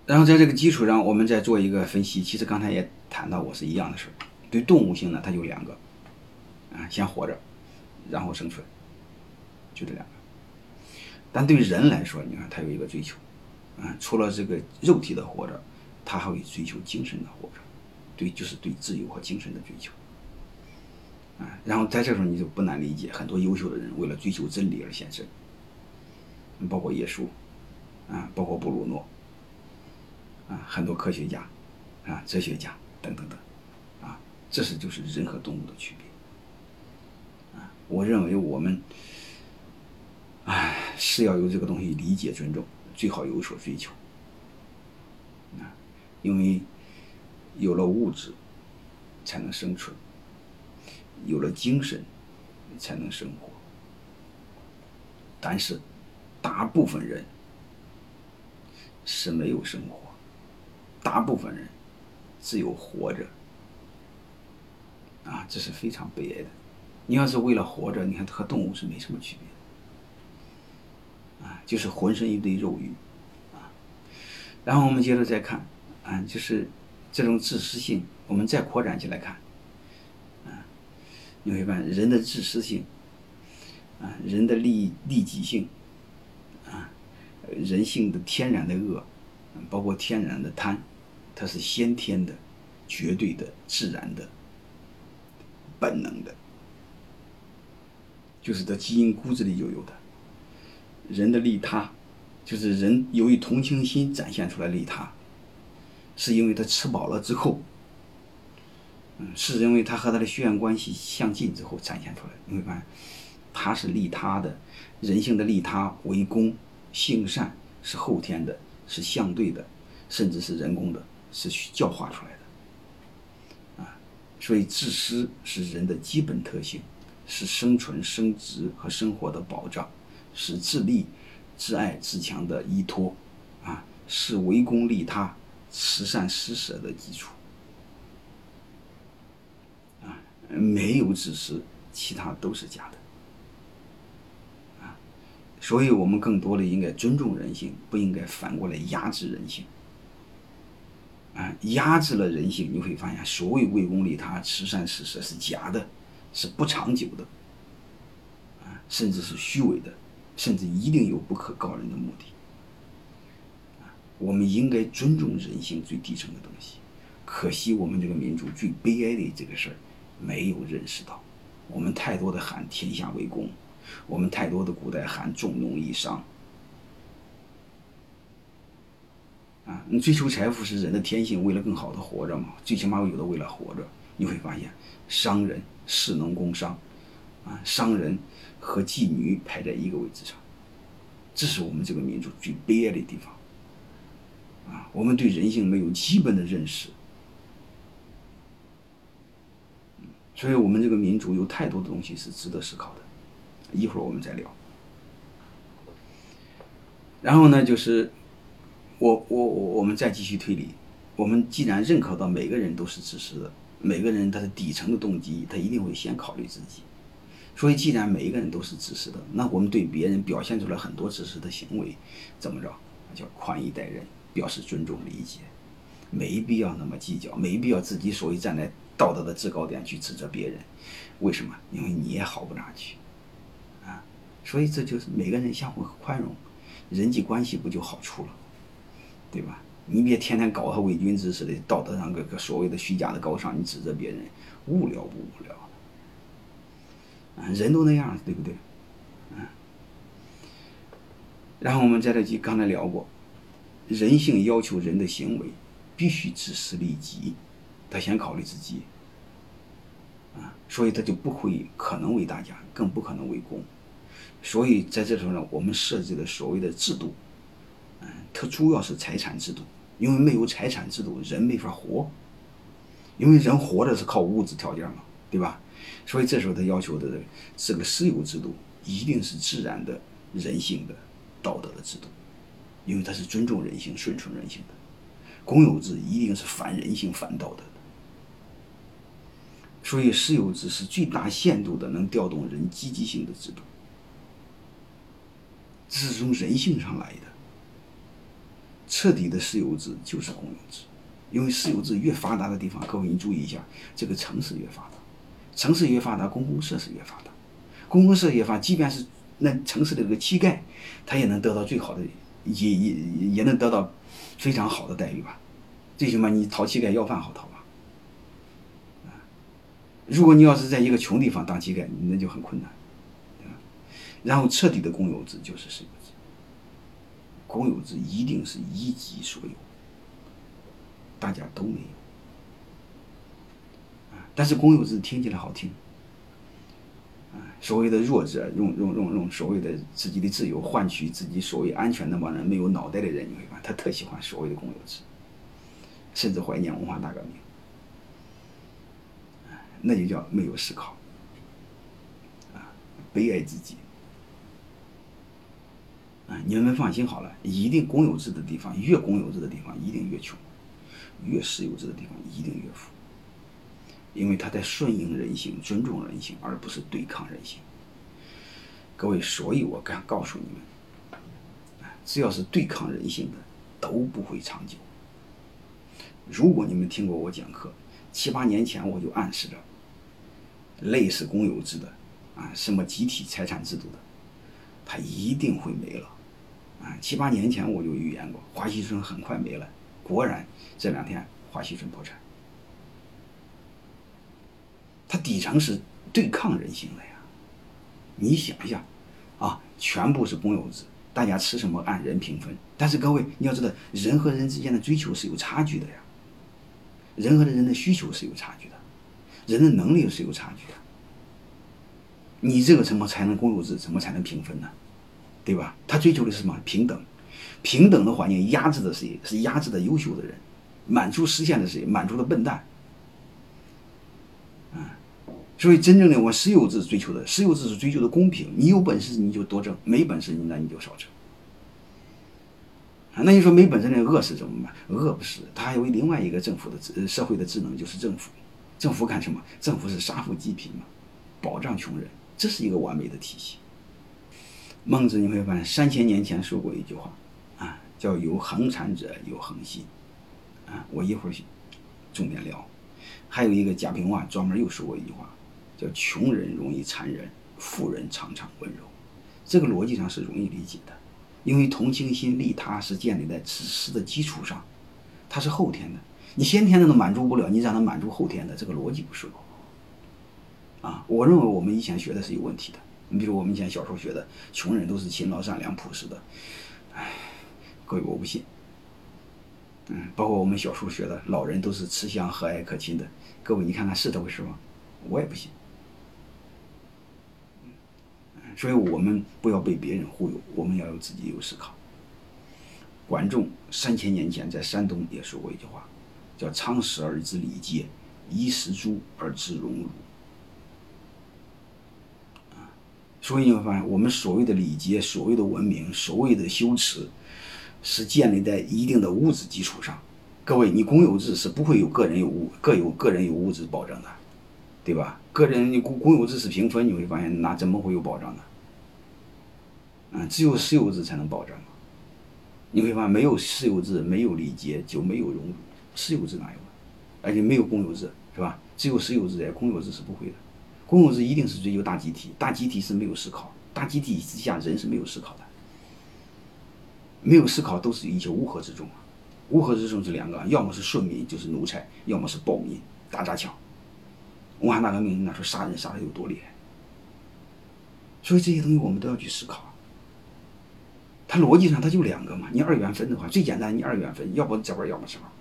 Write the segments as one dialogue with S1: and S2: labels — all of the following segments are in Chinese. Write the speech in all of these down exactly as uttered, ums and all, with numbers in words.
S1: 然后在这个基础上，我们再做一个分析。其实刚才也谈到过是一样的事儿。对动物性呢，它有两个，啊，先活着，然后生存，就这两个。但对人来说，你看它有一个追求，啊，除了这个肉体的活着，它还会追求精神的活着，对，就是对自由和精神的追求。啊，然后在这时候你就不难理解，很多优秀的人为了追求真理而献身，包括耶稣，啊，包括布鲁诺，啊，很多科学家，啊，哲学家等等等，啊，这是就是人和动物的区别。啊，我认为我们，哎，是要有这个东西理解尊重，最好有所追求。啊，因为有了物质，才能生存。有了精神才能生活，但是大部分人是没有生活，大部分人只有活着，啊，这是非常悲哀的。你要是为了活着，你看和动物是没什么区别的，啊，就是浑身一堆肉欲，啊。然后我们接着再看，啊，就是这种自私性，我们再扩展起来看。你会发现人的自私性，啊，人的利利己性，啊，人性的天然的恶，包括天然的贪，它是先天的、绝对的、自然的、本能的，就是在基因骨子里就有的。人的利他，就是人由于同情心展现出来利他，是因为他吃饱了之后。嗯，是因为他和他的血缘关系相近之后展现出来。你会发现，他是利他的，人性的利他、为公、性善是后天的，是相对的，甚至是人工的，是教化出来的。啊，所以自私是人的基本特性，是生存、生殖和生活的保障，是自立、自爱、自强的依托，啊，是为公利他、慈善施舍的基础。没有自私，其他都是假的，啊，所以我们更多的应该尊重人性，不应该反过来压制人性，啊，压制了人性，你会发现所谓为公利他、慈善施舍是假的，是不长久的，啊，甚至是虚伪的，甚至一定有不可告人的目的，啊，我们应该尊重人性最底层的东西，可惜我们这个民族最悲哀的这个事儿。没有认识到，我们太多的喊天下为公，我们太多的古代喊重农抑商，啊，你追求财富是人的天性，为了更好的活着嘛，最起码有的为了活着。你会发现，商人、士农工商，啊，商人和妓女排在一个位置上，这是我们这个民族最悲哀的地方，啊，我们对人性没有基本的认识。所以我们这个民族有太多的东西是值得思考的，一会儿我们再聊。然后呢，就是我我我们再继续推理，我们既然认可到每个人都是自私的，每个人他的底层的动机，他一定会先考虑自己。所以既然每一个人都是自私的，那我们对别人表现出来很多自私的行为，怎么着？叫宽以待人，表示尊重理解，没必要那么计较，没必要自己所谓站在道德的制高点去指责别人，为什么？因为你也好不哪去，啊，所以这就是每个人相互宽容，人际关系不就好处了，对吧？你别天天搞和伪君子似的，道德上个个所谓的虚假的高尚，你指责别人，无聊不无聊？啊，人都那样，对不对？啊，然后我们在这集刚才聊过，人性要求人的行为必须自私利己。他先考虑自己，啊，所以他就不会可能为大家，更不可能为公。所以在这时候呢，我们设置的所谓的制度，嗯，它主要是财产制度，因为没有财产制度，人没法活。因为人活着是靠物质条件嘛，对吧？所以这时候他要求的这个私有制度，一定是自然的、人性的、道德的制度，因为它是尊重人性、顺从人性的。公有制一定是反人性、反道德的。所以私有制是最大限度的能调动人积极性的制度，这是从人性上来的。 彻底的私有制就是公有制，因为私有制越发达的地方，各位你注意一下，这个城市越发达，城市越发达，公共设施越发达，公共设施越发达，即便是那城市的这个乞丐，他也能得到最好的，也也也能得到非常好的待遇吧。最起码你讨乞丐要饭好讨吧。如果你要是在一个穷地方当乞丐，那就很困难，对吧？然后彻底的公有制就是私有制，公有制一定是一己所有，大家都没有。但是公有制听起来好听，所谓的弱者用用用用所谓的自己的自由换取自己所谓安全的帮人没有脑袋的人，你会发现他特喜欢所谓的公有制，甚至怀念文化大革命。那就叫没有思考，啊，悲哀自己，啊，你们放心好了，一定公有制的地方，越公有制的地方一定越穷，越私有制的地方一定越富，因为他在顺应人性、尊重人性，而不是对抗人性。各位，所以我敢告诉你们，只要是对抗人性的，都不会长久。如果你们听过我讲课，七八年前我就暗示着。类似公有制的，啊，什么集体财产制度的，它一定会没了，啊，七八年前我就预言过，华西村很快没了，果然这两天华西村破产。它底层是对抗人性的呀，你想一下，啊，全部是公有制，大家吃什么按人平分，但是各位你要知道，人和人之间的追求是有差距的呀，人和人的需求是有差距的。人的能力是有差距的，你这个怎么才能公有制？怎么才能平分呢？对吧？他追求的是什么？平等。平等的环境压制的谁？是压制的优秀的人，满足实现的谁？满足的笨蛋。嗯，所以真正的我私有制追求的，私有制是追求的公平。你有本事你就多挣，没本事你那你就少挣。啊，那你说没本事的饿死怎么办？饿不死，他还有另外一个政府的社会的职能，就是政府。政府干什么？政府是杀富济贫嘛，保障穷人，这是一个完美的体系。孟子你会发现，三千年前说过一句话，啊，叫有恒产者有恒心，啊，我一会儿重点聊。还有一个贾平凹专门又说过一句话，叫穷人容易残忍，富人常常温柔。这个逻辑上是容易理解的，因为同情心、利他是建立在自私的基础上，它是后天的。你先天的都满足不了，你让他满足后天的，这个逻辑不顺啊！我认为我们以前学的是有问题的。你比如我们以前小时候学的，穷人都是勤劳、善良、朴实的，哎，各位我不信。嗯，包括我们小时候学的，老人都是慈祥、和蔼、可亲的，各位你看看是这回事吗？我也不信。所以我们不要被别人忽悠，我们要有自己有思考。管仲三千年前在山东也说过一句话。叫常识而知礼节，衣食足而知荣辱。所以你会发现，我们所谓的礼节、所谓的文明、所谓的修持，是建立在一定的物质基础上。各位，你公有制是不会有个人有物各有个人有物质保证的，对吧？个人你公公有制是平分，你会发现那怎么会有保障呢？嗯，只有私有制才能保障。你会发现，没有私有制，没有礼节，就没有荣辱。私有制哪有？而且没有公有制，是吧？只有私有制，公有制是不会的。公有制一定是追求大集体，大集体是没有思考，大集体之下人是没有思考的，没有思考都是一切乌合之众。乌合之众是两个，要么是顺民，就是奴才；要么是暴民，打砸抢。文化大革命那时候杀人杀的有多厉害，所以这些东西我们都要去思考。它逻辑上它就两个嘛，你二元分的话，最简单，你二元分，要不这边，要么这边。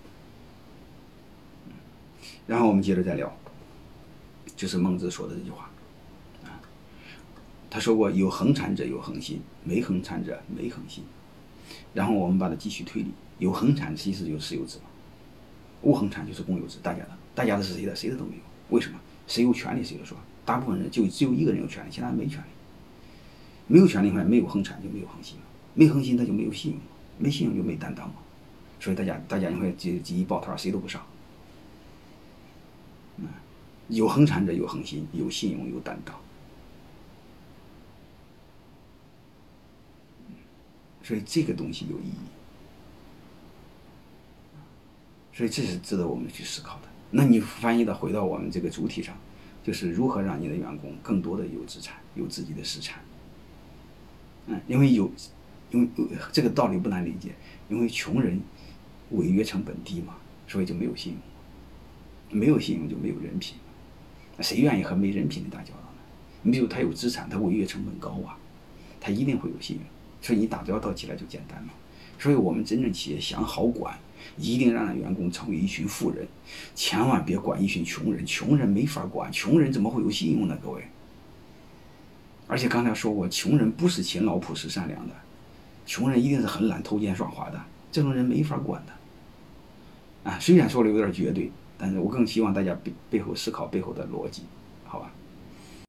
S1: 然后我们接着再聊，就是孟子说的这句话，啊，他说过有恒产者有恒心，没恒产者没恒心。然后我们把它继续推理，有恒产其实就是私有制嘛，无恒产就是公有制，大家的，大家的是谁的？谁的都没有。为什么？谁有权利谁就说，大部分人就只有一个人有权利，其他人没权利。没有权利的话，没有恒产就没有恒心嘛，没恒心他就没有信用嘛，没信用就没担当嘛。所以大家大家你会集集一抱团，谁都不上。嗯，有恒产者有恒心，有信用有担当。所以这个东西有意义所以这是值得我们去思考的。那你翻译到回到我们这个主体上，就是如何让你的员工更多的有资产，有自己的私产。嗯，因为有，因为这个道理不难理解，因为穷人违约成本低嘛，所以就没有信用，没有信用就没有人品，谁愿意和没人品的打交道呢？你比如他有资产，他违约成本高啊，他一定会有信用，所以你打交道起来就简单嘛。所以我们真正企业想好管，一定让员工成为一群富人，千万别管一群穷人，穷人没法管，穷人怎么会有信用呢？各位。而且刚才说过，穷人不是勤劳朴实善良的，穷人一定是很懒偷奸耍滑的，这种人没法管的。啊，虽然说的有点绝对，但是我更希望大家背背后思考背后的逻辑。